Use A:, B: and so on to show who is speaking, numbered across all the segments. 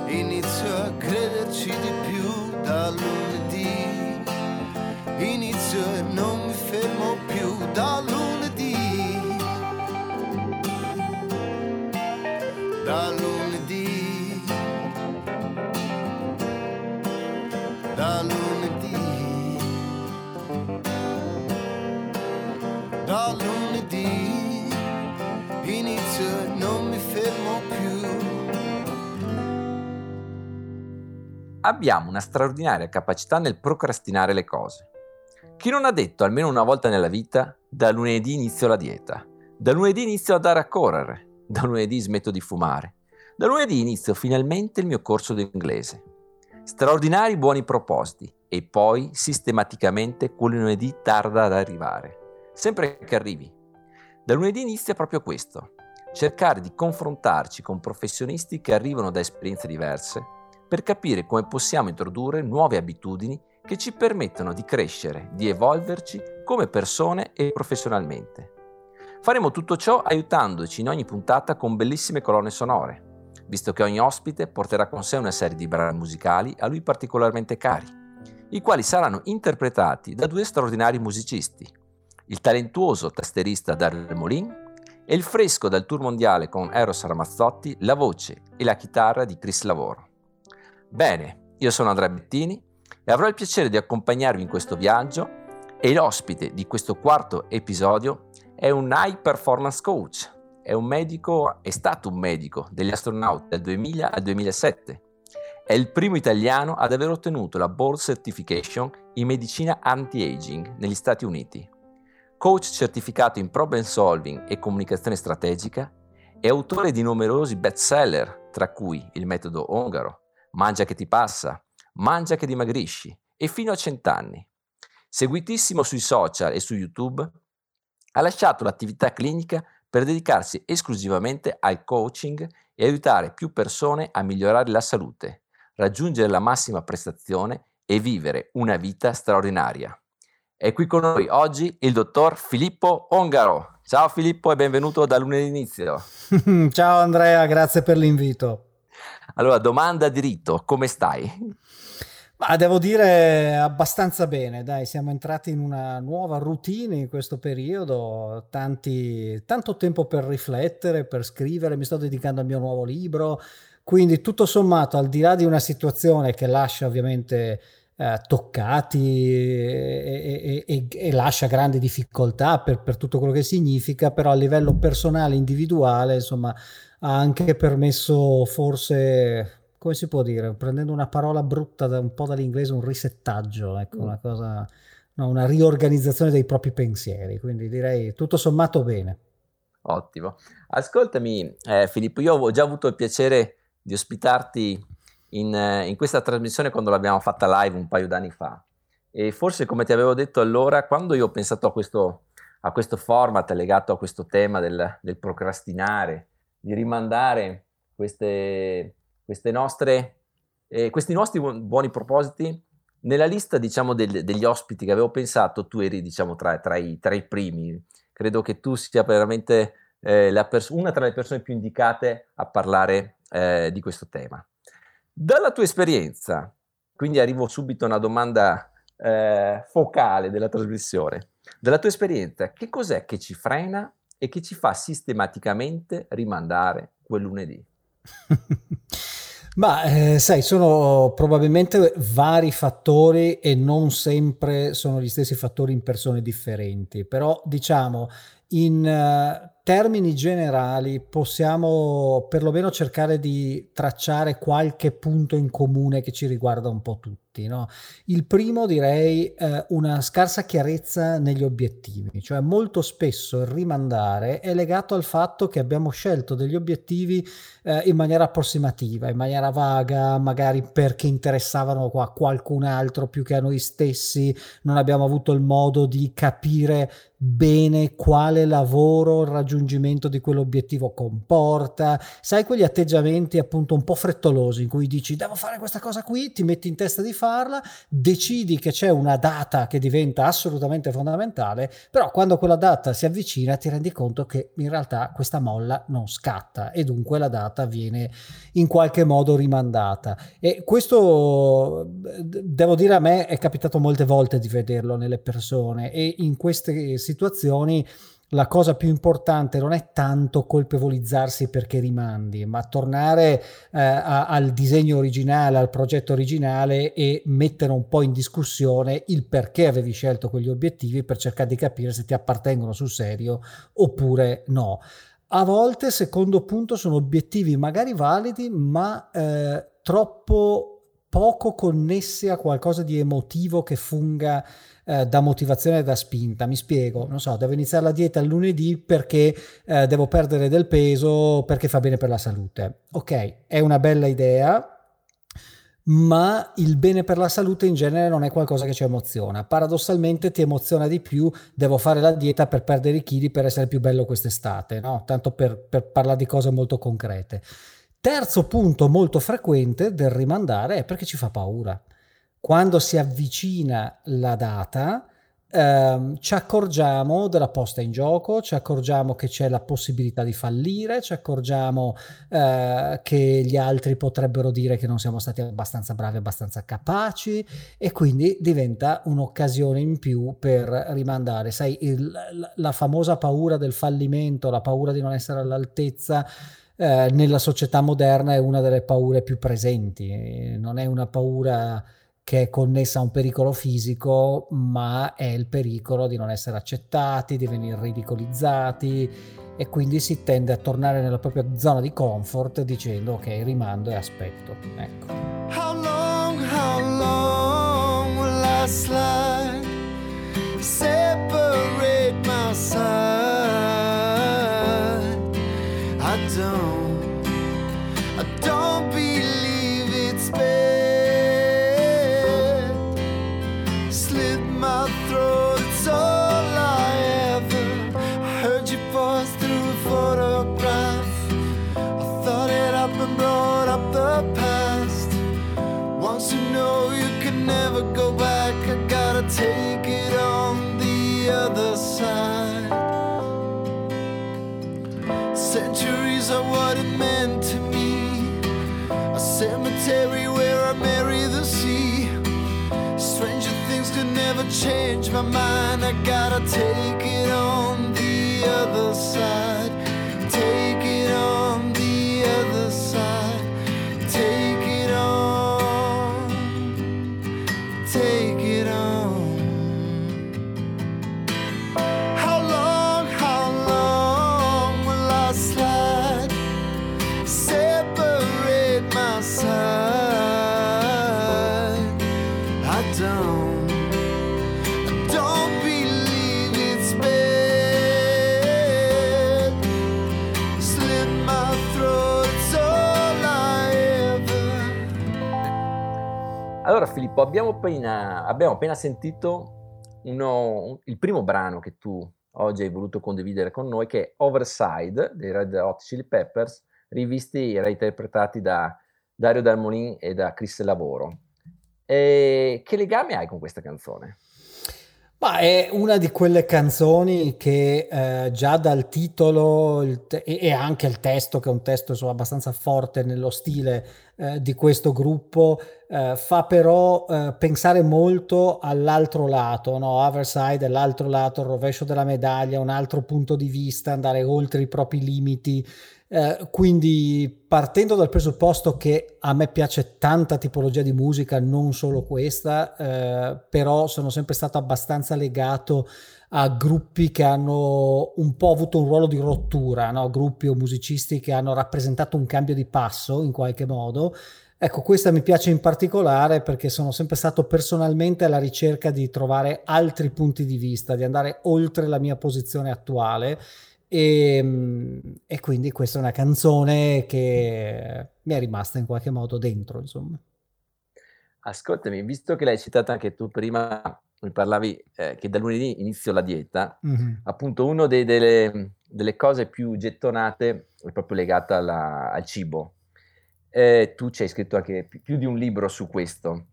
A: inizio a crederci di più da lunedì, inizio e non mi fermo più da lunedì, da lunedì, da lunedì, da lunedì, inizio e non mi fermo più.
B: Abbiamo una straordinaria capacità nel procrastinare le cose. Chi non ha detto almeno una volta nella vita: da lunedì inizio la dieta, da lunedì inizio ad andare a correre, da lunedì smetto di fumare, da lunedì inizio finalmente il mio corso di inglese. Straordinari buoni propositi e poi sistematicamente quel lunedì tarda ad arrivare, sempre che arrivi. Da lunedì inizia proprio questo: cercare di confrontarci con professionisti che arrivano da esperienze diverse per capire come possiamo introdurre nuove abitudini che ci permettono di crescere, di evolverci come persone e professionalmente. Faremo tutto ciò aiutandoci in ogni puntata con bellissime colonne sonore, visto che ogni ospite porterà con sé una serie di brani musicali a lui particolarmente cari, i quali saranno interpretati da due straordinari musicisti, il talentuoso tastierista Daryl Molin e il fresco dal tour mondiale con Eros Ramazzotti, la voce e la chitarra di Chris Lavoro. Bene, io sono Andrea Bettini e avrò il piacere di accompagnarvi in questo viaggio, e l'ospite di questo quarto episodio è un high performance coach, è stato un medico degli astronauti dal 2000 al 2007, è il primo italiano ad aver ottenuto la Board Certification in medicina anti-aging negli Stati Uniti, coach certificato in problem solving e comunicazione strategica, è autore di numerosi bestseller, tra cui Il metodo Ongaro, Mangia che ti passa, Mangia che dimagrisci e Fino a 100 anni. Seguitissimo sui social e su YouTube, ha lasciato l'attività clinica per dedicarsi esclusivamente al coaching e aiutare più persone a migliorare la salute, raggiungere la massima prestazione e vivere una vita straordinaria. È qui con noi oggi il dottor Filippo Ongaro. Ciao Filippo e benvenuto da lunedì inizio.
C: Ciao Andrea, grazie per l'invito.
B: Allora, domanda di rito, come stai?
C: Ma devo dire abbastanza bene, dai, siamo entrati in una nuova routine in questo periodo, tanto tempo per riflettere, per scrivere, mi sto dedicando al mio nuovo libro, quindi tutto sommato, al di là di una situazione che lascia ovviamente toccati e lascia grandi difficoltà per tutto quello che significa, però a livello personale, individuale, insomma, ha anche permesso, forse, come si può dire, prendendo una parola brutta un po' dall'inglese, un risettaggio, ecco, una cosa, no, una riorganizzazione dei propri pensieri, quindi direi tutto sommato bene.
B: Ottimo. Ascoltami Filippo, io ho già avuto il piacere di ospitarti in questa trasmissione quando l'abbiamo fatta live un paio d'anni fa, e forse, come ti avevo detto allora, quando io ho pensato a questo format legato a questo tema del procrastinare, di rimandare questi nostri buoni propositi, nella lista, diciamo, degli ospiti che avevo pensato, tu eri, diciamo, tra i primi. Credo che tu sia veramente una tra le persone più indicate a parlare di questo tema. Dalla tua esperienza, quindi arrivo subito a una domanda focale della trasmissione. Dalla tua esperienza, che cos'è che ci frena e che ci fa sistematicamente rimandare quel lunedì?
C: Ma sai, sono probabilmente vari fattori e non sempre sono gli stessi fattori in persone differenti, però diciamo in termini generali possiamo perlomeno cercare di tracciare qualche punto in comune che ci riguarda un po' tutti, no? Il primo, direi, una scarsa chiarezza negli obiettivi, cioè molto spesso il rimandare è legato al fatto che abbiamo scelto degli obiettivi in maniera approssimativa, in maniera vaga, magari perché interessavano a qualcun altro più che a noi stessi, non abbiamo avuto il modo di capire bene quale lavoro il raggiungimento di quell'obiettivo comporta. Sai, quegli atteggiamenti appunto un po' frettolosi in cui dici devo fare questa cosa qui, ti metti in testa di farla farla, decidi che c'è una data che diventa assolutamente fondamentale, però quando quella data si avvicina ti rendi conto che in realtà questa molla non scatta e dunque la data viene in qualche modo rimandata. E questo, devo dire, a me è capitato molte volte di vederlo nelle persone, e in queste situazioni la cosa più importante non è tanto colpevolizzarsi perché rimandi, ma tornare al disegno originale, al progetto originale, e mettere un po' in discussione il perché avevi scelto quegli obiettivi, per cercare di capire se ti appartengono sul serio oppure no. A volte, secondo punto, sono obiettivi magari validi, ma troppo poco connessi a qualcosa di emotivo che funga da motivazione e da spinta. Mi spiego, non so, devo iniziare la dieta il lunedì perché devo perdere del peso, perché fa bene per la salute. Ok, è una bella idea, ma il bene per la salute in genere non è qualcosa che ci emoziona. Paradossalmente ti emoziona di più: devo fare la dieta per perdere i chili per essere più bello quest'estate, no? Tanto per parlare di cose molto concrete. Terzo punto molto frequente del rimandare è perché ci fa paura. Quando si avvicina la data, ci accorgiamo della posta in gioco, ci accorgiamo che c'è la possibilità di fallire, ci accorgiamo che gli altri potrebbero dire che non siamo stati abbastanza bravi, abbastanza capaci, e quindi diventa un'occasione in più per rimandare. Sai, la famosa paura del fallimento, la paura di non essere all'altezza, nella società moderna è una delle paure più presenti. Non è una paura che è connessa a un pericolo fisico, ma è il pericolo di non essere accettati, di venire ridicolizzati, e quindi si tende a tornare nella propria zona di comfort dicendo ok, rimando e aspetto. Ecco.
A: How long will I slide? Separate my side. I don't believe it's bad. Slit my throat, it's all I ever heard your voice through a photograph. I thought it up and brought up the past. Once you know you can never go back, I gotta take it on the other side. Centuries are what it meant to me, a cemetery where I marry the sea. Stranger things could never change my mind. I gotta take it on the other side. Take it on the other side. Take it on. Take it on. How long will I slide? Separate my side. I don't believe it's bad. Slit my throat, it's all I ever.
B: Allora Filippo, abbiamo appena sentito il primo brano che tu oggi hai voluto condividere con noi, che è Overside dei Red Hot Chili Peppers, rivisti e reinterpretati da Dario Dal Molin e da Chris Lavoro. Che legame hai con questa canzone?
C: Ma è una di quelle canzoni che già dal titolo e anche il testo, che è un testo insomma abbastanza forte nello stile di questo gruppo, fa però pensare molto all'altro lato, no? Overside è l'altro lato, il rovescio della medaglia, un altro punto di vista, andare oltre i propri limiti. Quindi, partendo dal presupposto che a me piace tanta tipologia di musica, non solo questa, però sono sempre stato abbastanza legato a gruppi che hanno un po' avuto un ruolo di rottura, no? Gruppi o musicisti che hanno rappresentato un cambio di passo in qualche modo. Ecco, questa mi piace in particolare perché sono sempre stato personalmente alla ricerca di trovare altri punti di vista, di andare oltre la mia posizione attuale. E quindi questa è una canzone che mi è rimasta in qualche modo dentro, insomma.
B: Ascoltami, visto che l'hai citata anche tu prima, mi parlavi che da lunedì inizio la dieta, appunto una delle cose più gettonate è proprio legata al cibo. Tu ci hai scritto anche più di un libro su questo.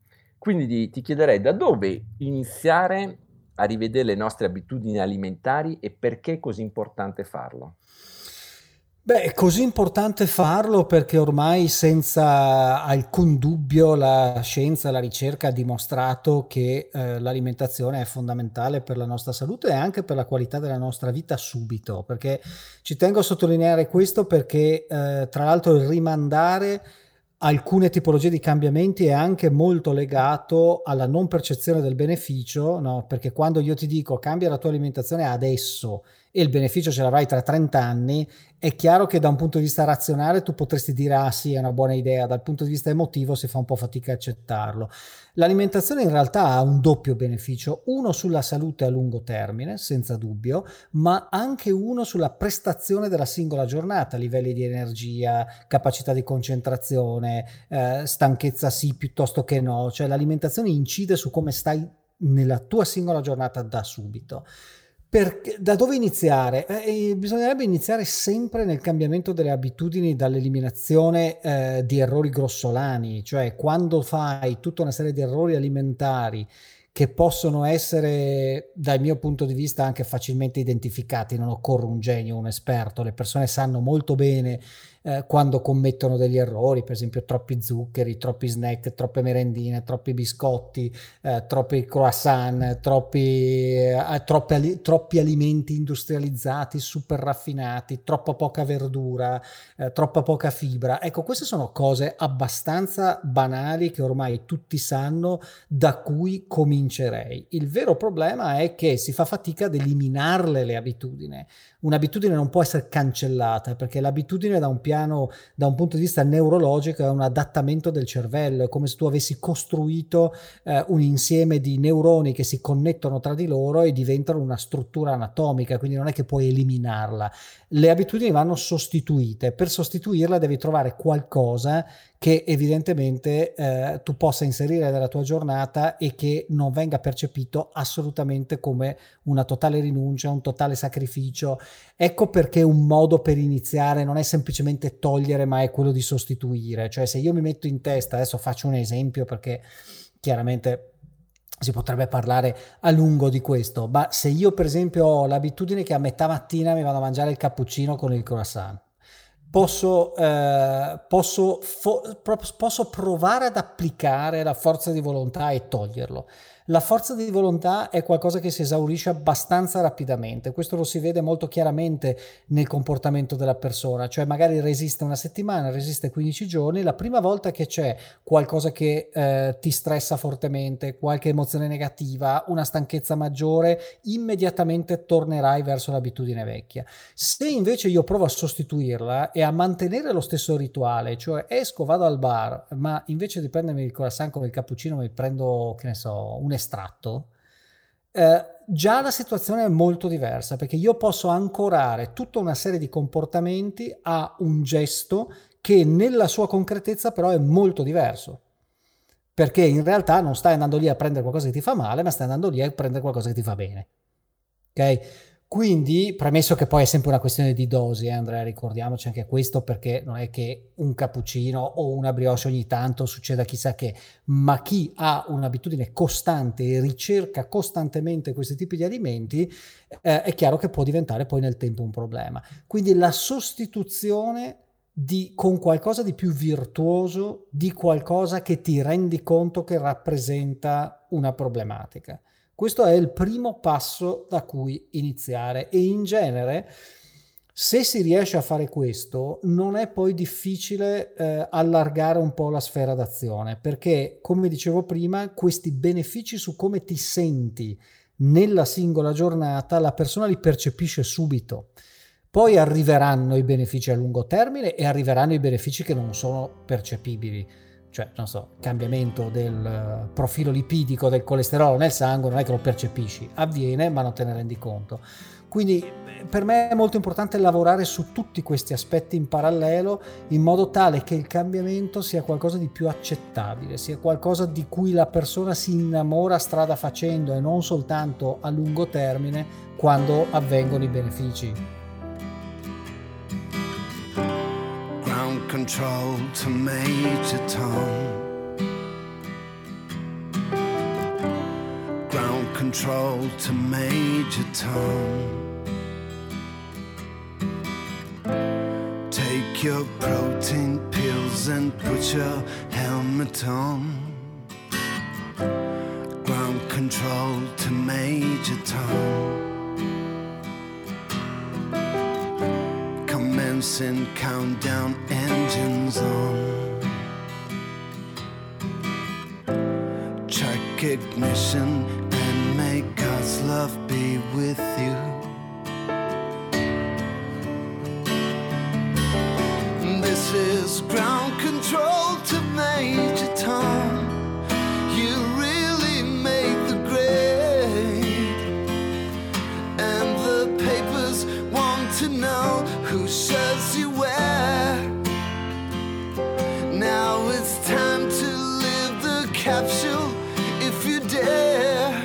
B: Quindi ti chiederei da dove iniziare a rivedere le nostre abitudini alimentari e perché è così importante farlo?
C: Beh, è così importante farlo perché ormai senza alcun dubbio la scienza, la ricerca ha dimostrato che l'alimentazione è fondamentale per la nostra salute e anche per la qualità della nostra vita subito, perché ci tengo a sottolineare questo perché tra l'altro il rimandare alcune tipologie di cambiamenti è anche molto legato alla non percezione del beneficio, no? Perché quando io ti dico cambia la tua alimentazione adesso e il beneficio ce l'avrai tra 30 anni, è chiaro che da un punto di vista razionale tu potresti dire ah sì, è una buona idea, dal punto di vista emotivo si fa un po' fatica a accettarlo. L'alimentazione in realtà ha un doppio beneficio, uno sulla salute a lungo termine, senza dubbio, ma anche uno sulla prestazione della singola giornata, livelli di energia, capacità di concentrazione, stanchezza sì piuttosto che no, cioè l'alimentazione incide su come stai nella tua singola giornata da subito. Da dove iniziare? Bisognerebbe iniziare sempre nel cambiamento delle abitudini dall'eliminazione di errori grossolani, cioè quando fai tutta una serie di errori alimentari che possono essere dal mio punto di vista anche facilmente identificati, non occorre un genio, un esperto, le persone sanno molto bene quando commettono degli errori, per esempio troppi zuccheri, troppi snack, troppe merendine, troppi biscotti, troppi croissant, troppi alimenti industrializzati, super raffinati, troppa poca verdura, troppa poca fibra. Ecco, queste sono cose abbastanza banali che ormai tutti sanno, da cui comincerei. Il vero problema è che si fa fatica ad eliminarle le abitudini. Un'abitudine non può essere cancellata perché l'abitudine da un punto di vista neurologico è un adattamento del cervello, è come se tu avessi costruito un insieme di neuroni che si connettono tra di loro e diventano una struttura anatomica, quindi non è che puoi eliminarla. Le abitudini vanno sostituite, per sostituirla devi trovare qualcosa che evidentemente tu possa inserire nella tua giornata e che non venga percepito assolutamente come una totale rinuncia, un totale sacrificio. Ecco perché un modo per iniziare non è semplicemente togliere, ma è quello di sostituire. Cioè se io mi metto in testa, adesso faccio un esempio perché chiaramente si potrebbe parlare a lungo di questo, ma se io per esempio ho l'abitudine che a metà mattina mi vado a mangiare il cappuccino con il croissant, posso provare ad applicare la forza di volontà e toglierlo. La forza di volontà è qualcosa che si esaurisce abbastanza rapidamente, questo lo si vede molto chiaramente nel comportamento della persona, cioè magari resiste una settimana, resiste 15 giorni, la prima volta che c'è qualcosa che ti stressa fortemente, qualche emozione negativa, una stanchezza maggiore, immediatamente tornerai verso l'abitudine vecchia. Se invece io provo a sostituirla e a mantenere lo stesso rituale, cioè esco, vado al bar, ma invece di prendermi il croissant con il cappuccino mi prendo, che ne so, un estratto, già la situazione è molto diversa perché io posso ancorare tutta una serie di comportamenti a un gesto che nella sua concretezza però è molto diverso, perché in realtà non stai andando lì a prendere qualcosa che ti fa male, ma stai andando lì a prendere qualcosa che ti fa bene. Ok? Quindi, premesso che poi è sempre una questione di dosi, Andrea, ricordiamoci anche questo, perché non è che un cappuccino o una brioche ogni tanto succeda chissà che, ma chi ha un'abitudine costante e ricerca costantemente questi tipi di alimenti, è chiaro che può diventare poi nel tempo un problema. Quindi la sostituzione con qualcosa di più virtuoso, di qualcosa che ti rendi conto che rappresenta una problematica. Questo è il primo passo da cui iniziare e in genere se si riesce a fare questo non è poi difficile allargare un po' la sfera d'azione, perché come dicevo prima questi benefici su come ti senti nella singola giornata la persona li percepisce subito. Poi arriveranno i benefici a lungo termine e arriveranno i benefici che non sono percepibili. Cioè, non so, cambiamento del profilo lipidico del colesterolo nel sangue non è che lo percepisci, avviene ma non te ne rendi conto. Quindi per me è molto importante lavorare su tutti questi aspetti in parallelo in modo tale che il cambiamento sia qualcosa di più accettabile, sia qualcosa di cui la persona si innamora strada facendo e non soltanto a lungo termine quando avvengono i benefici.
A: Control to Major Tom. control to Major Tom. Take your protein pills and put your helmet on. Ground control to Major Tom. Commencing countdown, engines on. Check ignition and may God's love be with you. This is ground control to Major Tom. You really made the grade, and the papers want to know who shows you where. Now it's time to live the capsule if you dare.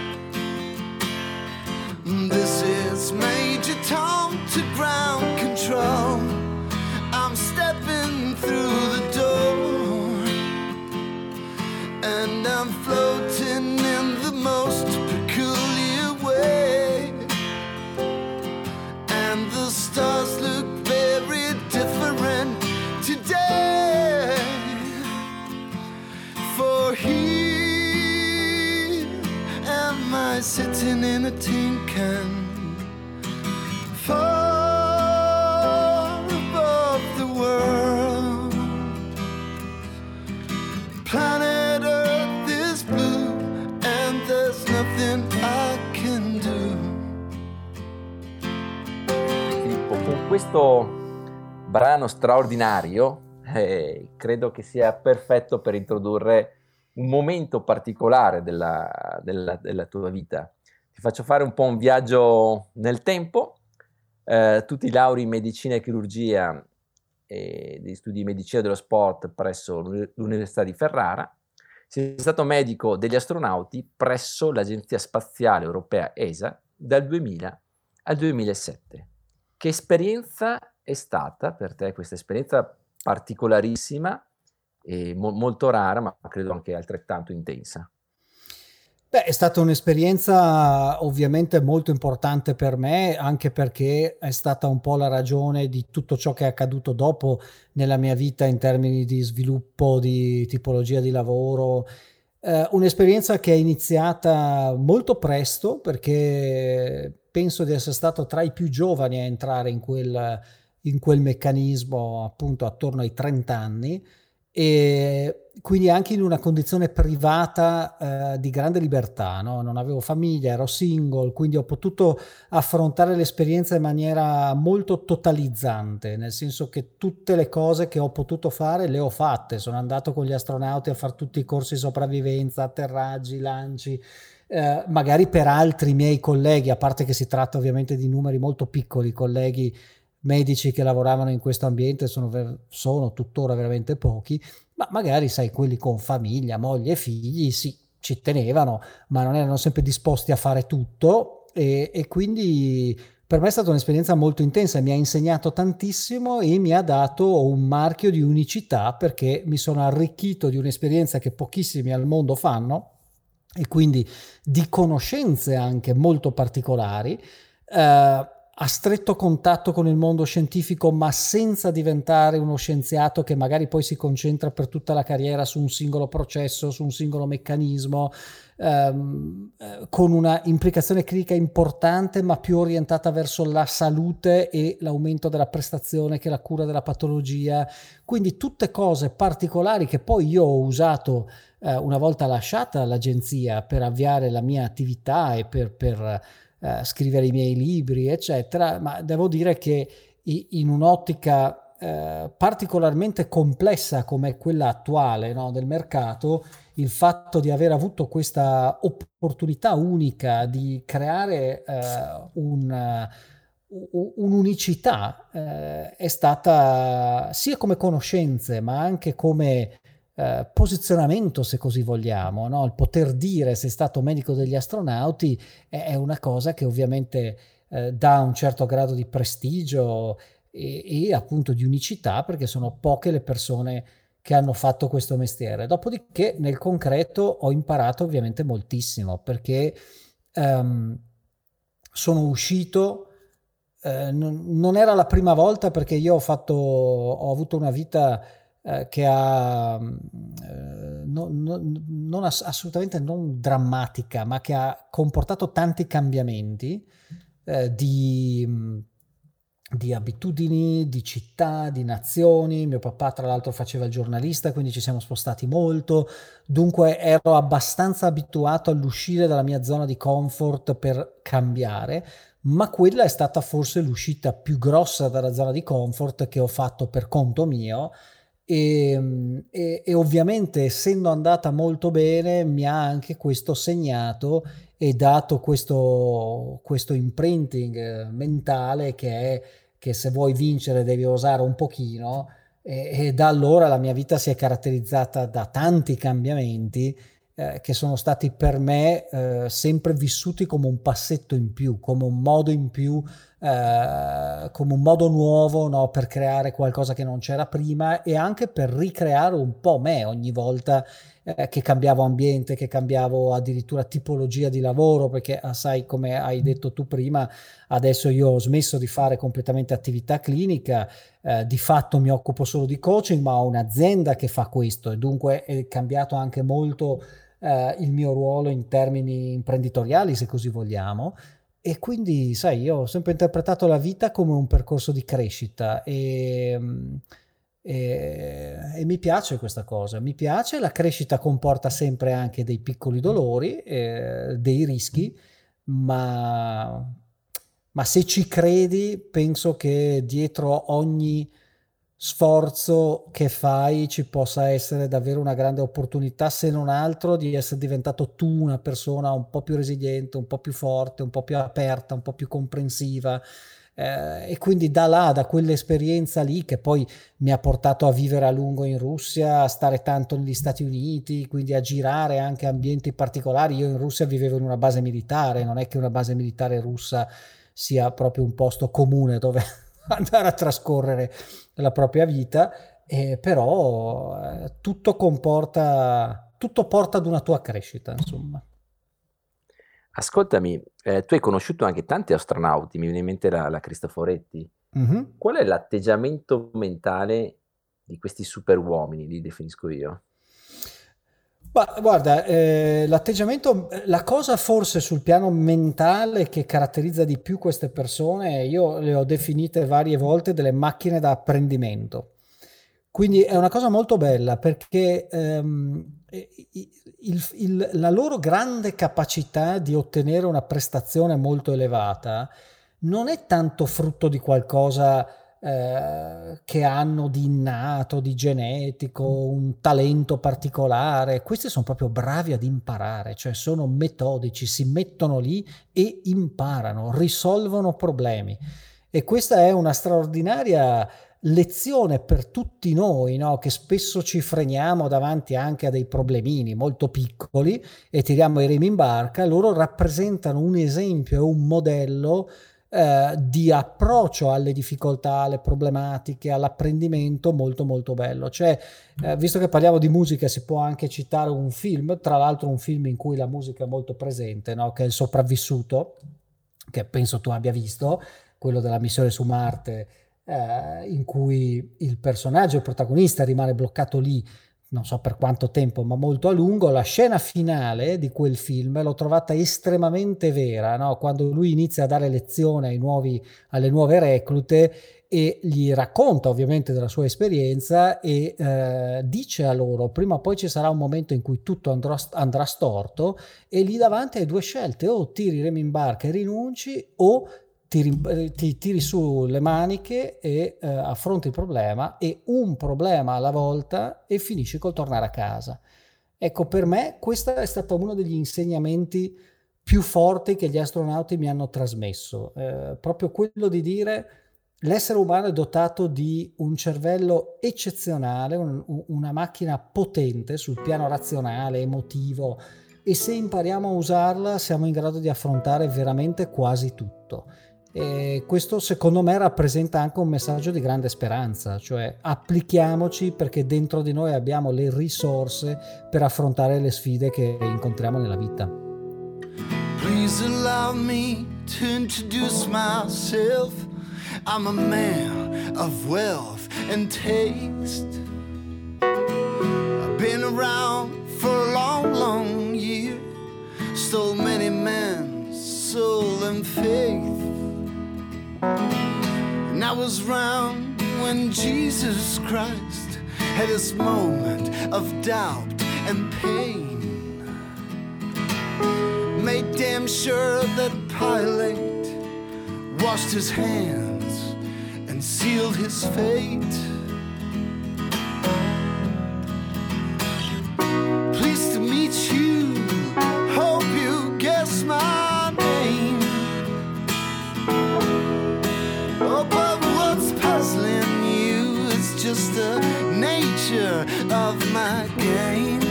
A: This is Major Tom to ground control. I'm stepping through the door, and I'm floating in the most peculiar way, and the stars look very different today. For here am I sitting in a tin can, far above the world. Planet Earth is blue, and there's nothing I can do.
B: Filippo, con questo brano straordinario credo che sia perfetto per introdurre un momento particolare della tua vita. Ti faccio fare un po' un viaggio nel tempo. Tu ti lauri in medicina e chirurgia e degli studi di medicina dello sport presso l'Università di Ferrara. Sei stato medico degli astronauti presso l'Agenzia Spaziale Europea ESA dal 2000 al 2007. Che esperienza è stata per te questa esperienza particolarissima e molto rara, ma credo anche altrettanto intensa?
C: Beh, è stata un'esperienza ovviamente molto importante per me, anche perché è stata un po' la ragione di tutto ciò che è accaduto dopo nella mia vita in termini di sviluppo, di tipologia di lavoro. Un'esperienza che è iniziata molto presto, perché penso di essere stato tra i più giovani a entrare in quel meccanismo appunto attorno ai 30 anni, e quindi anche in una condizione privata di grande libertà, no? Non avevo famiglia, ero single, quindi ho potuto affrontare l'esperienza in maniera molto totalizzante, nel senso che tutte le cose che ho potuto fare le ho fatte. Sono andato con gli astronauti a fare tutti i corsi di sopravvivenza, atterraggi, lanci. Magari per altri miei colleghi, a parte che si tratta ovviamente di numeri molto piccoli, colleghi medici che lavoravano in questo ambiente sono tuttora veramente pochi, ma magari sai, quelli con famiglia, moglie e figli, sì, ci tenevano, ma non erano sempre disposti a fare tutto, e quindi per me è stata un'esperienza molto intensa, mi ha insegnato tantissimo e mi ha dato un marchio di unicità, perché mi sono arricchito di un'esperienza che pochissimi al mondo fanno, e quindi di conoscenze anche molto particolari, a stretto contatto con il mondo scientifico, ma senza diventare uno scienziato che magari poi si concentra per tutta la carriera su un singolo processo, su un singolo meccanismo, con una implicazione clinica importante, ma più orientata verso la salute e l'aumento della prestazione che la cura della patologia. Quindi tutte cose particolari che poi io ho usato una volta lasciata l'agenzia per avviare la mia attività e per scrivere i miei libri, eccetera, ma devo dire che in un'ottica particolarmente complessa come quella attuale, no, del mercato, il fatto di aver avuto questa opportunità unica di creare un'unicità è stata sia come conoscenze, ma anche come posizionamento, se così vogliamo, no? Il poter dire sei stato medico degli astronauti è una cosa che ovviamente dà un certo grado di prestigio e appunto di unicità, perché sono poche le persone che hanno fatto questo mestiere. Dopodiché nel concreto ho imparato ovviamente moltissimo, perché sono uscito. Non era la prima volta, perché io ho avuto una vita che ha assolutamente non drammatica, ma che ha comportato tanti cambiamenti di abitudini, di città, di nazioni. Mio papà tra l'altro faceva il giornalista, quindi ci siamo spostati molto, dunque ero abbastanza abituato all'uscire dalla mia zona di comfort per cambiare, ma quella è stata forse l'uscita più grossa dalla zona di comfort che ho fatto per conto mio. E ovviamente, essendo andata molto bene, mi ha anche questo segnato e dato questo imprinting mentale, che se vuoi vincere devi osare un pochino, e da allora la mia vita si è caratterizzata da tanti cambiamenti che sono stati per me sempre vissuti come un passetto in più, come un modo in più, come un modo nuovo, no, per creare qualcosa che non c'era prima, e anche per ricreare un po' me ogni volta che cambiavo ambiente, che cambiavo addirittura tipologia di lavoro, perché sai, come hai detto tu prima, adesso io ho smesso di fare completamente attività clinica, di fatto mi occupo solo di coaching, ma ho un'azienda che fa questo, e dunque è cambiato anche molto il mio ruolo in termini imprenditoriali, se così vogliamo. E quindi, sai, io ho sempre interpretato la vita come un percorso di crescita, e mi piace questa cosa, mi piace. La crescita comporta sempre anche dei piccoli dolori, dei rischi, ma, ma se ci credi, penso che dietro ogni sforzo che fai ci possa essere davvero una grande opportunità, se non altro di essere diventato tu una persona un po' più resiliente, un po' più forte, un po' più aperta, un po' più comprensiva. E quindi da quell'esperienza lì, che poi mi ha portato a vivere a lungo in Russia, a stare tanto negli Stati Uniti, quindi a girare anche ambienti particolari. Io in Russia vivevo in una base militare, non è che una base militare russa sia proprio un posto comune dove andare a trascorrere la propria vita, però tutto porta ad una tua crescita, insomma.
B: Ascoltami, tu hai conosciuto anche tanti astronauti, mi viene in mente la Cristoforetti.
C: Mm-hmm.
B: Qual è l'atteggiamento mentale di questi superuomini, li definisco io?
C: Ma guarda, l'atteggiamento, la cosa forse sul piano mentale che caratterizza di più queste persone, io le ho definite varie volte delle macchine da apprendimento. Quindi è una cosa molto bella, perché la loro grande capacità di ottenere una prestazione molto elevata non è tanto frutto di qualcosa che hanno di innato, di genetico, un talento particolare. Questi sono proprio bravi ad imparare, cioè sono metodici, si mettono lì e imparano, risolvono problemi. E questa è una straordinaria lezione per tutti noi, no? Che spesso ci freniamo davanti anche a dei problemini molto piccoli e tiriamo i remi in barca. Loro rappresentano un esempio e un modello di approccio alle difficoltà, alle problematiche, all'apprendimento molto molto bello. Cioè, visto che parliamo di musica, si può anche citare un film, tra l'altro un film in cui la musica è molto presente, no? Che è Il sopravvissuto, che penso tu abbia visto, quello della missione su Marte, in cui il personaggio, il protagonista, rimane bloccato lì non so per quanto tempo, ma molto a lungo. La scena finale di quel film l'ho trovata estremamente vera, no? Quando lui inizia a dare lezione alle nuove reclute e gli racconta ovviamente della sua esperienza e dice a loro: prima o poi ci sarà un momento in cui tutto andrà storto, e lì davanti hai due scelte: o tiri i remi in barca e rinunci, o ti tiri su le maniche e affronti il problema, e un problema alla volta, e finisci col tornare a casa. Ecco, per me questo è stato uno degli insegnamenti più forti che gli astronauti mi hanno trasmesso, proprio quello di dire: l'essere umano è dotato di un cervello eccezionale, una macchina potente sul piano razionale, emotivo, e se impariamo a usarla siamo in grado di affrontare veramente quasi tutto. E questo secondo me rappresenta anche un messaggio di grande speranza, cioè applichiamoci, perché dentro di noi abbiamo le risorse per affrontare le sfide che incontriamo nella vita.
A: Please allow me to introduce myself. I'm a man of wealth and taste. I've been around for a long, long year. Stole many men's soul and faith. And I was round when Jesus Christ had his moment of doubt and pain. Made damn sure that Pilate washed his hands and sealed his fate. Pleased to meet you, hope you guess my name. Oh, but what's puzzling you is just the nature of my game.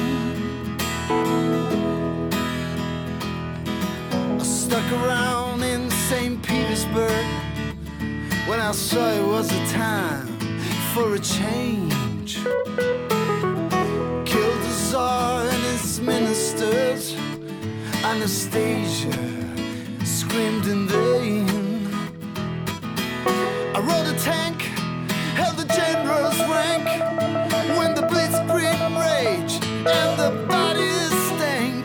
A: I stuck around in St. Petersburg when I saw it was a time for a change. Killed the Tsar and his ministers. Anastasia screamed in vain. I rode a tank, held the general's rank when the blitzkrieg raged and the bodies stank.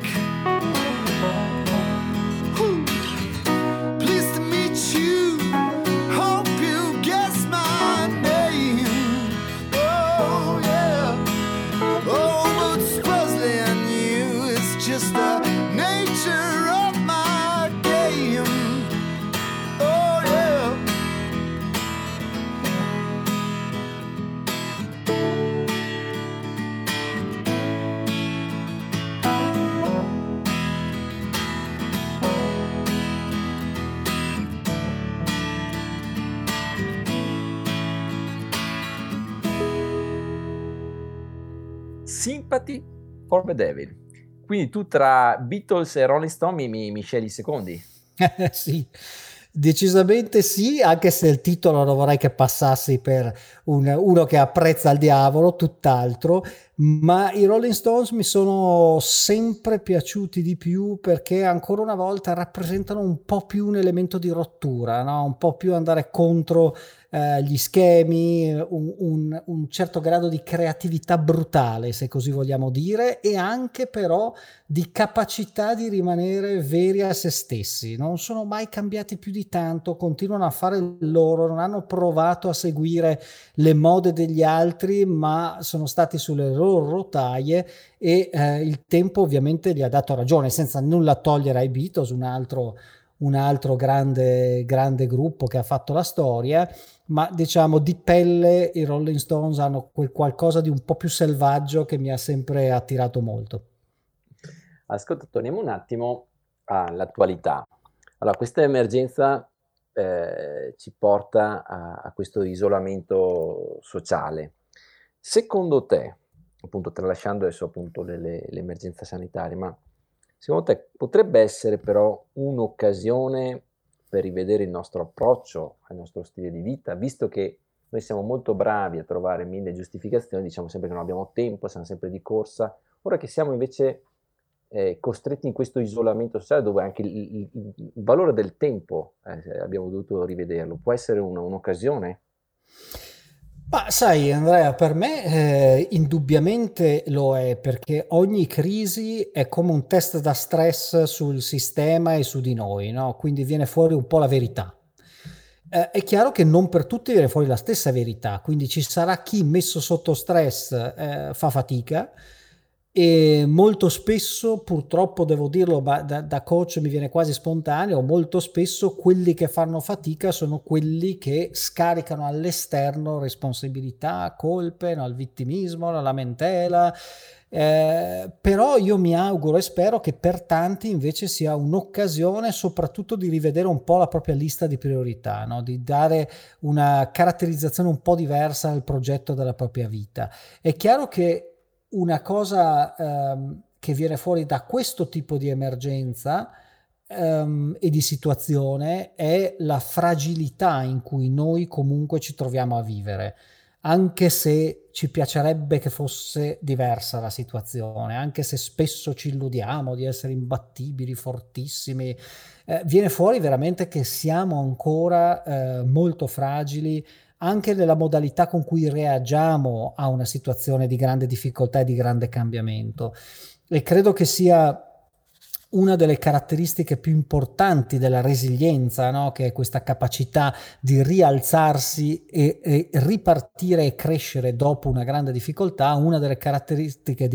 A: Whew. Pleased to meet you, hope you guess my name. Oh yeah, oh what's puzzling you is just the nature of my game. Oh yeah.
B: Sympathy for the Devil. Quindi tu tra Beatles e Rolling Stone mi scegli i secondi?
C: Sì, decisamente sì, anche se il titolo non vorrei che passassi per uno che apprezza il diavolo, tutt'altro, ma i Rolling Stones mi sono sempre piaciuti di più perché ancora una volta rappresentano un po' più un elemento di rottura, no? Un po' più andare contro gli schemi, un certo grado di creatività brutale, se così vogliamo dire, e anche però di capacità di rimanere veri a se stessi. Non sono mai cambiati più di tanto, continuano a fare il loro, non hanno provato a seguire le mode degli altri, ma sono stati sulle loro rotaie e il tempo ovviamente gli ha dato ragione, senza nulla togliere ai Beatles, un altro grande gruppo che ha fatto la storia, ma diciamo di pelle i Rolling Stones hanno quel qualcosa di un po' più selvaggio che mi ha sempre attirato molto.
B: Ascolta, torniamo un attimo all'attualità. Allora, questa emergenza ci porta a questo isolamento sociale. Secondo te, appunto tralasciando adesso appunto l'emergenza sanitaria, ma secondo te potrebbe essere però un'occasione per rivedere il nostro approccio al nostro stile di vita, visto che noi siamo molto bravi a trovare mille giustificazioni, diciamo sempre che non abbiamo tempo, siamo sempre di corsa, ora che siamo invece costretti in questo isolamento sociale dove anche il valore del tempo abbiamo dovuto rivederlo, può essere un'occasione?
C: Ma sai Andrea, per me indubbiamente lo è, perché ogni crisi è come un test da stress sul sistema e su di noi, no? Quindi viene fuori un po' la verità. È chiaro che non per tutti viene fuori la stessa verità, quindi ci sarà chi messo sotto stress fa fatica, e molto spesso, purtroppo devo dirlo, ma da coach mi viene quasi spontaneo, molto spesso quelli che fanno fatica sono quelli che scaricano all'esterno responsabilità, colpe, no, il vittimismo, la lamentela. Però io mi auguro e spero che per tanti invece sia un'occasione soprattutto di rivedere un po' la propria lista di priorità, no? Di dare una caratterizzazione un po' diversa al progetto della propria vita. È chiaro che una cosa che viene fuori da questo tipo di emergenza e di situazione è la fragilità in cui noi comunque ci troviamo a vivere. anche se ci piacerebbe che fosse diversa la situazione, anche se spesso ci illudiamo di essere imbattibili, fortissimi, viene fuori veramente che siamo ancora molto fragili anche nella modalità con cui reagiamo a una situazione di grande difficoltà e di grande cambiamento. E credo che sia una delle caratteristiche più importanti della resilienza, no? Che è questa capacità di rialzarsi e ripartire e crescere dopo una grande difficoltà. Una delle caratteristiche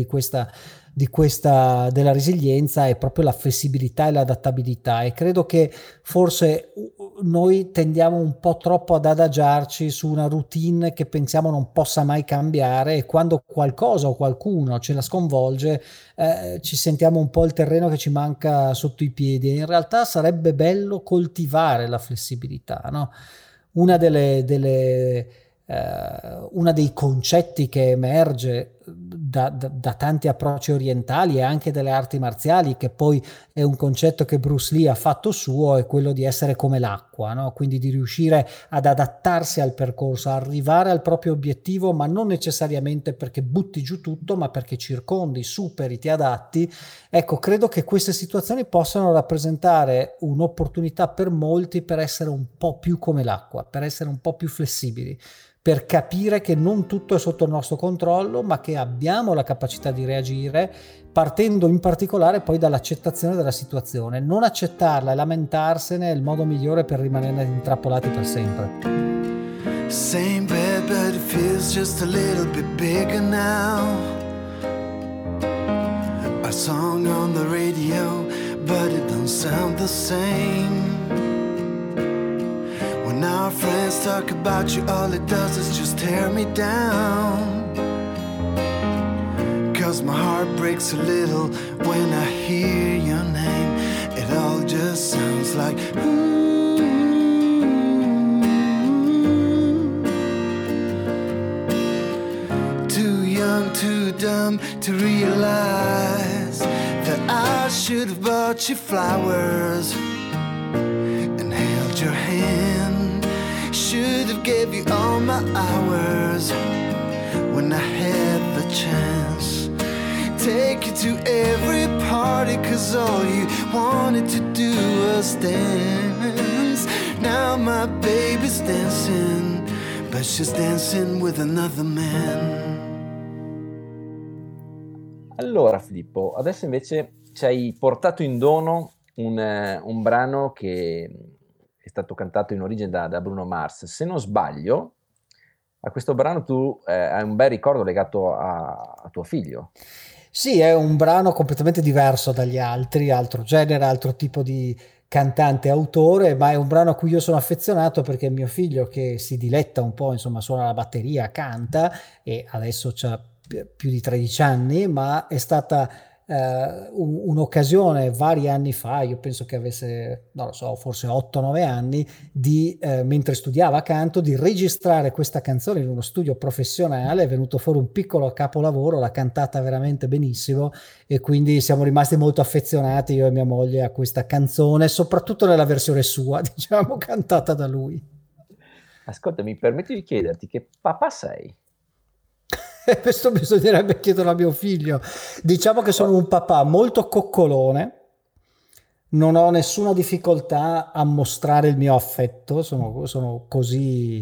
C: della resilienza è proprio la flessibilità e l'adattabilità, e credo che forse noi tendiamo un po' troppo ad adagiarci su una routine che pensiamo non possa mai cambiare, e quando qualcosa o qualcuno ce la sconvolge ci sentiamo un po' il terreno che ci manca sotto i piedi. In realtà sarebbe bello coltivare la flessibilità, no? Una dei concetti che emerge da tanti approcci orientali e anche delle arti marziali, che poi è un concetto che Bruce Lee ha fatto suo, è quello di essere come l'acqua, no? Quindi di riuscire ad adattarsi al percorso, arrivare al proprio obiettivo, ma non necessariamente perché butti giù tutto, ma perché circondi, superi, ti adatti. Ecco, credo che queste situazioni possano rappresentare un'opportunità per molti per essere un po' più come l'acqua, per essere un po' più flessibili, per capire che non tutto è sotto il nostro controllo, ma che abbiamo la capacità di reagire, partendo in particolare poi dall'accettazione della situazione. Non accettarla e lamentarsene è il modo migliore per rimanere intrappolati per sempre.
A: Same bed, but it feels just a little bit bigger now. A song on the radio, but it don't sound the same. When our friends talk about you, all it does is just tear me down. 'Cause my heart breaks a little when I hear your name. It all just sounds like too young, too dumb to realize that I should have bought you flowers and held your hand. Should have gave you all my hours when I had the chance. Take you to every party 'cause all you wanted to do was dance. Now my baby's dancing, but she's dancing with another man.
B: Allora Filippo, adesso invece ci hai portato in dono un brano che è stato cantato in origine da Bruno Mars. Se non sbaglio, a questo brano tu hai un bel ricordo legato a tuo figlio.
C: Sì, è un brano completamente diverso dagli altri, altro genere, altro tipo di cantante, autore, ma è un brano a cui io sono affezionato perché mio figlio, che si diletta un po', insomma, suona la batteria, canta, e adesso c'ha più di 13 anni, ma è stata un'occasione vari anni fa, io penso che avesse, non lo so, forse 8-9 anni, mentre studiava canto, di registrare questa canzone in uno studio professionale. È venuto fuori un piccolo capolavoro, l'ha cantata veramente benissimo, e quindi siamo rimasti molto affezionati, io e mia moglie, a questa canzone, soprattutto nella versione sua, diciamo, cantata da lui.
B: Ascolta, mi permetti di chiederti che papà sei?
C: Questo bisognerebbe chiederlo a mio figlio. Diciamo che sono un papà molto coccolone, non ho nessuna difficoltà a mostrare il mio affetto, sono così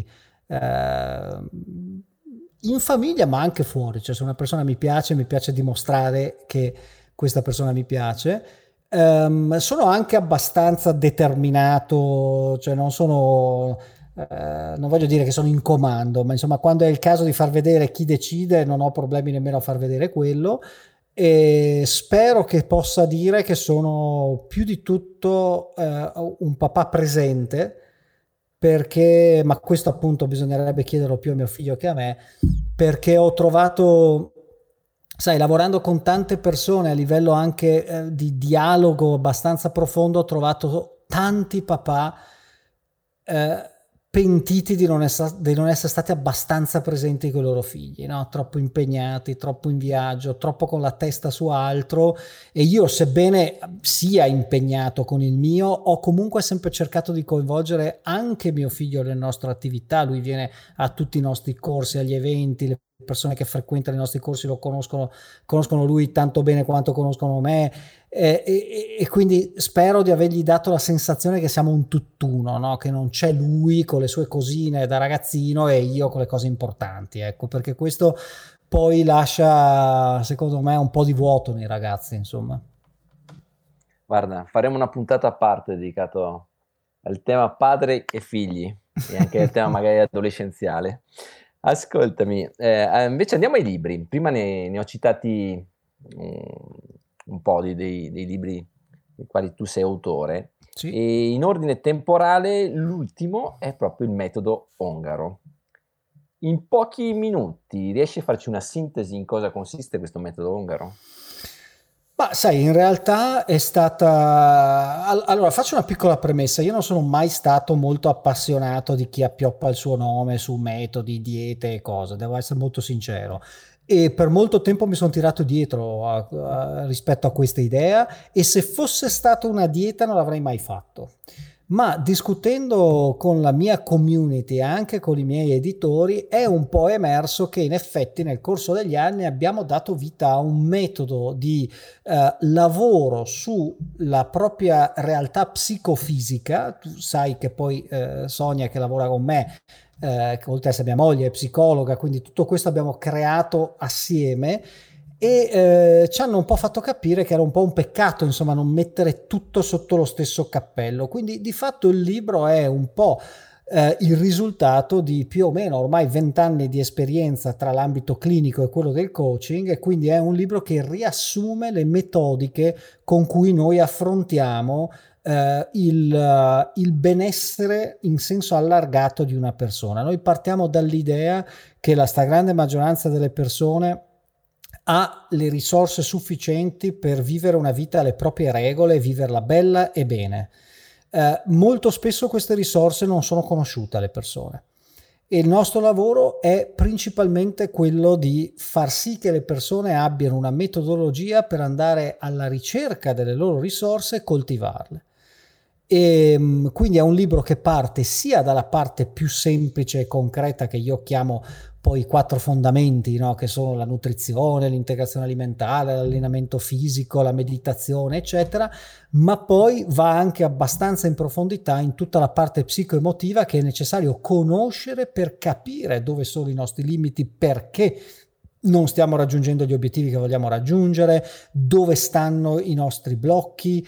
C: in famiglia ma anche fuori, cioè se una persona mi piace dimostrare che questa persona mi piace. Sono anche abbastanza determinato, cioè non voglio dire che sono in comando, ma insomma quando è il caso di far vedere chi decide non ho problemi nemmeno a far vedere quello, e spero che possa dire che sono più di tutto un papà presente, perché, ma questo appunto bisognerebbe chiederlo più a mio figlio che a me, perché ho trovato, sai, lavorando con tante persone a livello anche di dialogo abbastanza profondo, ho trovato tanti papà pentiti di non essere stati abbastanza presenti con i loro figli, no? Troppo impegnati, troppo in viaggio, troppo con la testa su altro, e io, sebbene sia impegnato con il mio, ho comunque sempre cercato di coinvolgere anche mio figlio nelle nostre attività. Lui viene a tutti i nostri corsi, agli eventi, le persone che frequentano i nostri corsi lo conoscono lui tanto bene quanto conoscono me. E quindi spero di avergli dato la sensazione che siamo un tutt'uno, no? Che non c'è lui con le sue cosine da ragazzino e io con le cose importanti, ecco, perché questo poi lascia, secondo me, un po' di vuoto nei ragazzi, insomma.
B: Guarda, faremo una puntata a parte dedicato al tema padre e figli e anche al tema magari adolescenziale. Ascoltami, invece andiamo ai libri. Prima ne ho citati un po' dei libri dei quali tu sei autore.
C: Sì.
B: E in ordine temporale l'ultimo è proprio Il metodo Ongaro. In pochi minuti riesci a farci una sintesi in cosa consiste questo metodo Ongaro?
C: Ma sai, in realtà è stata... Allora, faccio una piccola premessa. Io non sono mai stato molto appassionato di chi appioppa il suo nome su metodi, diete e cose, devo essere molto sincero. E per molto tempo mi sono tirato dietro rispetto a questa idea, e se fosse stata una dieta non l'avrei mai fatto. Ma discutendo con la mia community e anche con i miei editori è un po' emerso che in effetti nel corso degli anni abbiamo dato vita a un metodo di lavoro sulla propria realtà psicofisica. Tu sai che poi Sonia, che lavora con me, che oltre a essere mia moglie è psicologa, quindi tutto questo abbiamo creato assieme, e ci hanno un po' fatto capire che era un po' un peccato, insomma, non mettere tutto sotto lo stesso cappello. Quindi di fatto il libro è un po' il risultato di più o meno ormai 20 anni di esperienza tra l'ambito clinico e quello del coaching, e quindi è un libro che riassume le metodiche con cui noi affrontiamo il benessere in senso allargato di una persona. Noi partiamo dall'idea che la stragrande maggioranza delle persone ha le risorse sufficienti per vivere una vita alle proprie regole e viverla bella e bene. Molto spesso queste risorse non sono conosciute alle persone, e il nostro lavoro è principalmente quello di far sì che le persone abbiano una metodologia per andare alla ricerca delle loro risorse e coltivarle. E quindi è un libro che parte sia dalla parte più semplice e concreta, che io chiamo poi i 4 fondamenti, no? Che sono la nutrizione, l'integrazione alimentare, l'allenamento fisico, la meditazione, eccetera, ma poi va anche abbastanza in profondità in tutta la parte psicoemotiva che è necessario conoscere per capire dove sono i nostri limiti, perché non stiamo raggiungendo gli obiettivi che vogliamo raggiungere, dove stanno i nostri blocchi.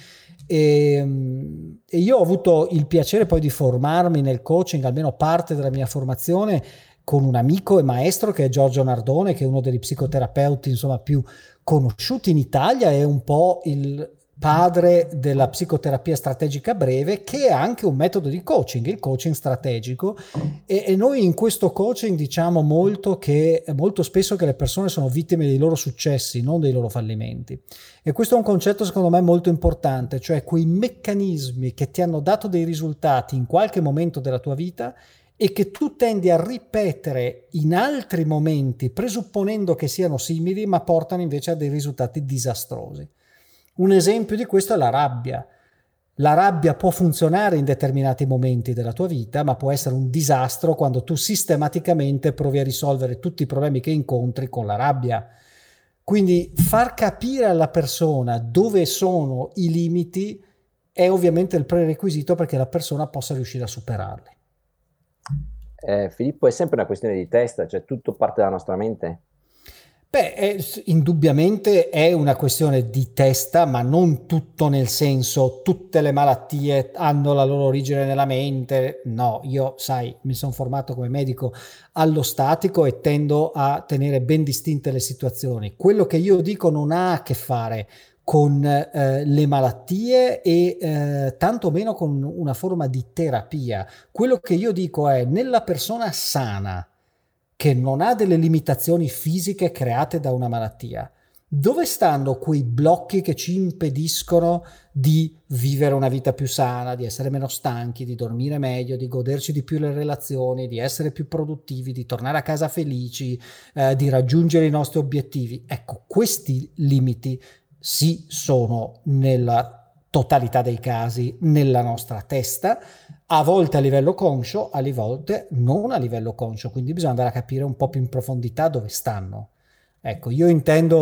C: E io ho avuto il piacere poi di formarmi nel coaching, almeno parte della mia formazione, con un amico e maestro che è Giorgio Nardone, che è uno degli psicoterapeuti, insomma, più conosciuti in Italia, è un po' il padre della psicoterapia strategica breve, che è anche un metodo di coaching, il coaching strategico, e noi in questo coaching diciamo molto spesso che le persone sono vittime dei loro successi, non dei loro fallimenti. E questo è un concetto secondo me molto importante, cioè quei meccanismi che ti hanno dato dei risultati in qualche momento della tua vita e che tu tendi a ripetere in altri momenti, presupponendo che siano simili, ma portano invece a dei risultati disastrosi. Un esempio di questo è la rabbia. La rabbia può funzionare in determinati momenti della tua vita, ma può essere un disastro quando tu sistematicamente provi a risolvere tutti i problemi che incontri con la rabbia. Quindi far capire alla persona dove sono i limiti è ovviamente il prerequisito perché la persona possa riuscire a superarli.
B: Filippo, è sempre una questione di testa, cioè tutto parte dalla nostra mente?
C: Beh, indubbiamente è una questione di testa, ma non tutto, nel senso tutte le malattie hanno la loro origine nella mente. No, io, sai, mi sono formato come medico allostatico e tendo a tenere ben distinte le situazioni. Quello che io dico non ha a che fare con le malattie e tantomeno con una forma di terapia. Quello che io dico è, nella persona sana, che non ha delle limitazioni fisiche create da una malattia, Dove stanno quei blocchi che ci impediscono di vivere una vita più sana, di essere meno stanchi, di dormire meglio, di goderci di più le relazioni, di essere più produttivi, di tornare a casa felici, di raggiungere i nostri obiettivi? Ecco, questi limiti sì sono nella totalità dei casi nella nostra testa, a volte a livello conscio, a volte non a livello conscio, quindi bisogna andare a capire un po' più in profondità dove stanno. Ecco, io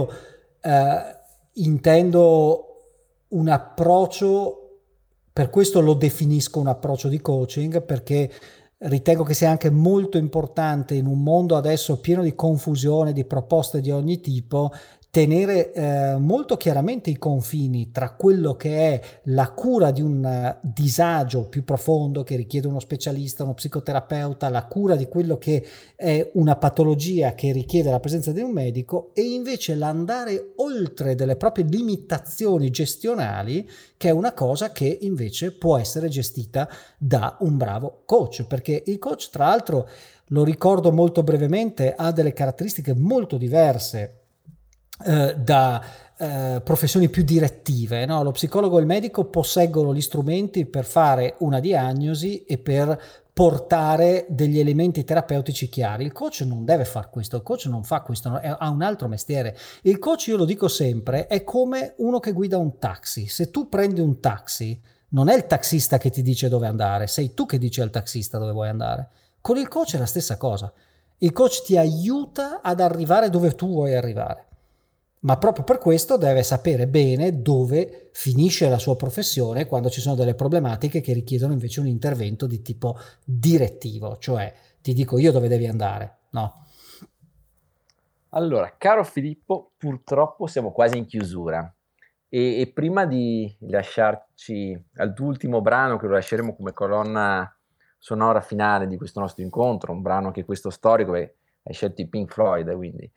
C: intendo un approccio, per questo lo definisco un approccio di coaching, perché ritengo che sia anche molto importante in un mondo adesso pieno di confusione, di proposte di ogni tipo, tenere molto chiaramente i confini tra quello che è la cura di un disagio più profondo che richiede uno specialista, uno psicoterapeuta, la cura di quello che è una patologia che richiede la presenza di un medico, e invece l'andare oltre delle proprie limitazioni gestionali, che è una cosa che invece può essere gestita da un bravo coach, perché il coach, tra l'altro, lo ricordo molto brevemente, ha delle caratteristiche molto diverse da professioni più direttive, no? Lo psicologo e il medico posseggono gli strumenti per fare una diagnosi e per portare degli elementi terapeutici chiari. Il coach non deve fare questo, il coach non fa questo, ha un altro mestiere. Il coach, io lo dico sempre, è come uno che guida un taxi. Se tu prendi un taxi, non è il taxista che ti dice dove andare, sei tu che dici al taxista dove vuoi andare. Con il coach è la stessa cosa. Il coach ti aiuta ad arrivare dove tu vuoi arrivare, ma proprio per questo deve sapere bene dove finisce la sua professione quando ci sono delle problematiche che richiedono invece un intervento di tipo direttivo, cioè ti dico io dove devi andare, no?
B: Allora, caro Filippo, purtroppo siamo quasi in chiusura e prima di lasciarci al tuo ultimo brano, che lo lasceremo come colonna sonora finale di questo nostro incontro, un brano che è questo storico, hai scelto i Pink Floyd, quindi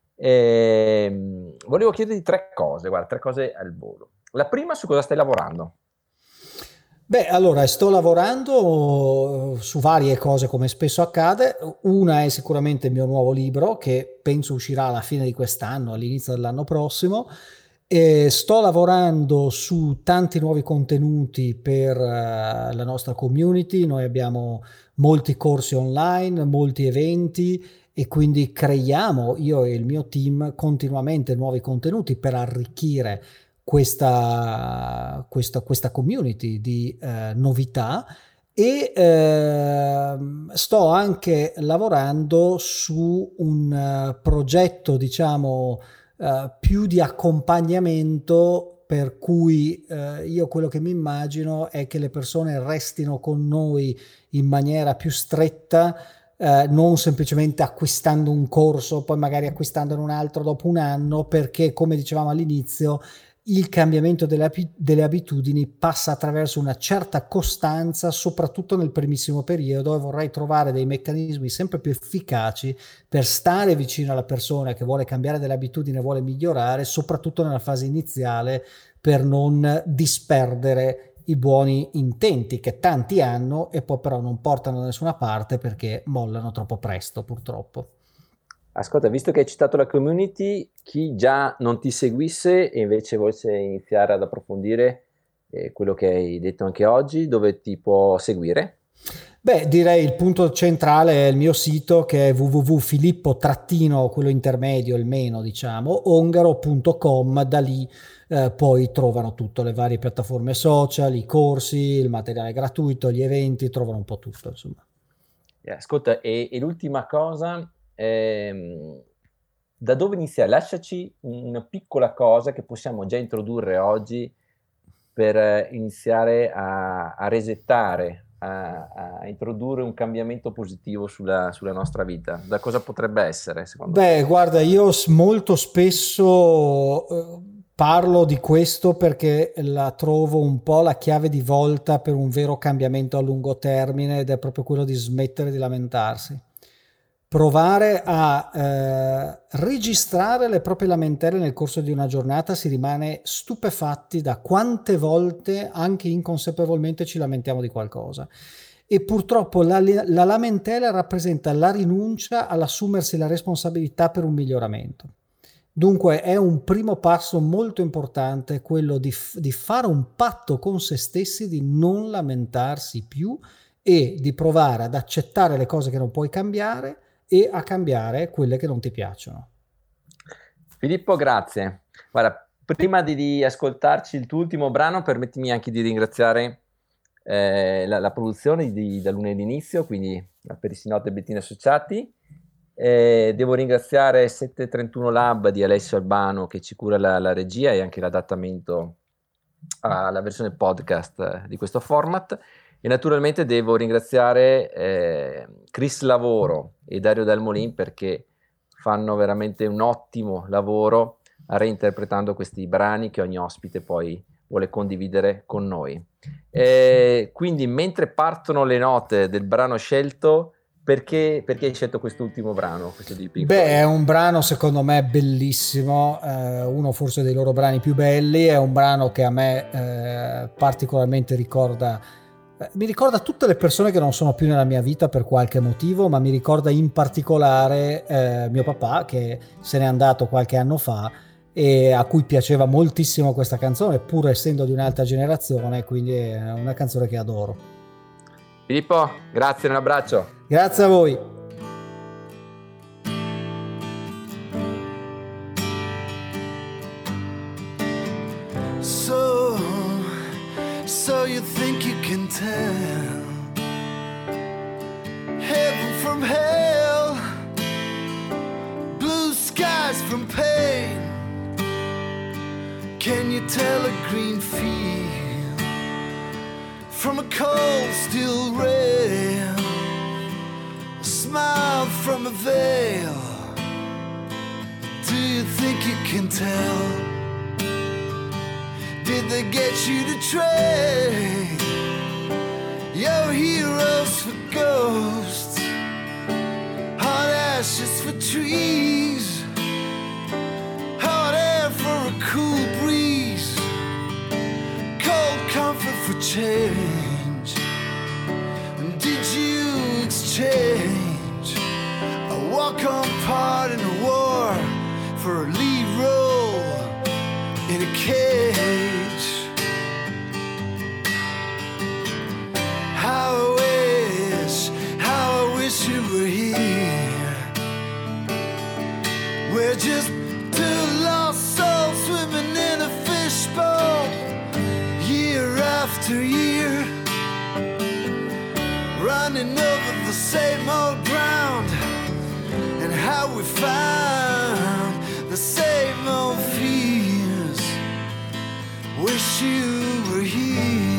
B: volevo chiederti tre cose, guarda, tre cose al volo. La prima, su cosa stai lavorando?
C: Beh, allora, sto lavorando su varie cose, come spesso accade. Una è sicuramente il mio nuovo libro, che penso uscirà alla fine di quest'anno, all'inizio dell'anno prossimo. E sto lavorando su tanti nuovi contenuti per la nostra community. Noi abbiamo molti corsi online, molti eventi, e quindi creiamo, io e il mio team, continuamente nuovi contenuti per arricchire questa community di novità. E sto anche lavorando su un progetto, diciamo, più di accompagnamento, per cui io quello che mi immagino è che le persone restino con noi in maniera più stretta, non semplicemente acquistando un corso, poi magari acquistandone un altro dopo un anno, perché, come dicevamo all'inizio, il cambiamento delle abitudini passa attraverso una certa costanza, soprattutto nel primissimo periodo, e vorrei trovare dei meccanismi sempre più efficaci per stare vicino alla persona che vuole cambiare delle abitudini e vuole migliorare, soprattutto nella fase iniziale, per non disperdere i buoni intenti che tanti hanno e poi però non portano da nessuna parte perché mollano troppo presto, purtroppo.
B: Ascolta, visto che hai citato la community, chi già non ti seguisse e invece volesse iniziare ad approfondire quello che hai detto anche oggi, dove ti può seguire?
C: Beh, direi il punto centrale è il mio sito, che è www.filippo- quello intermedio, il meno, diciamo, ongaro.com. Da lì poi trovano tutto, le varie piattaforme social, i corsi, il materiale gratuito, gli eventi, trovano un po' tutto, insomma.
B: Ascolta, e l'ultima cosa, da dove iniziare? Lasciaci una piccola cosa che possiamo già introdurre oggi per iniziare a resettare, a introdurre un cambiamento positivo sulla nostra vita. Da cosa potrebbe essere, secondo te?
C: Beh, guarda, io molto spesso parlo di questo perché la trovo un po' la chiave di volta per un vero cambiamento a lungo termine, ed è proprio quello di smettere di lamentarsi. Provare a registrare le proprie lamentele nel corso di una giornata. Si rimane stupefatti da quante volte, anche inconsapevolmente, ci lamentiamo di qualcosa. E purtroppo la lamentela rappresenta la rinuncia all'assumersi la responsabilità per un miglioramento. Dunque è un primo passo molto importante quello di fare un patto con se stessi, di non lamentarsi più e di provare ad accettare le cose che non puoi cambiare e a cambiare quelle che non ti piacciono.
B: Filippo, grazie. Guarda, prima di ascoltarci il tuo ultimo brano, permettimi anche di ringraziare la produzione da lunedì inizio, quindi la Perissinotto e Bettini Associati. Devo ringraziare 731 Lab di Alessio Albano che ci cura la regia e anche l'adattamento alla versione podcast di questo format. E naturalmente devo ringraziare Chris Lavoro e Dario Dalmolin perché fanno veramente un ottimo lavoro reinterpretando questi brani che ogni ospite poi vuole condividere con noi. Quindi mentre partono le note del brano scelto, perché hai scelto quest'ultimo brano, questo di Pink Floyd?
C: È un brano secondo me bellissimo, uno forse dei loro brani più belli, è un brano che a me particolarmente mi ricorda tutte le persone che non sono più nella mia vita per qualche motivo, ma mi ricorda in particolare mio papà che se n'è andato qualche anno fa e a cui piaceva moltissimo questa canzone, pur essendo di un'altra generazione, quindi è una canzone che adoro.
B: Filippo, grazie, un abbraccio.
C: Grazie a voi.
A: So you think you can tell heaven from hell, blue skies from pain? Can you tell a green field from a cold steel rail, a smile from a veil? Do you think you can tell? Did they get you to trade your heroes for ghosts, hot ashes for trees, hot air for a cool breeze, cold comfort for change? And did you exchange a walk-on part in a war for a lead role in a cage? How I wish you were here. We're just two lost souls swimming in a fishbowl, year after year, running over the same old ground, and how we found the same old fears. Wish you were here.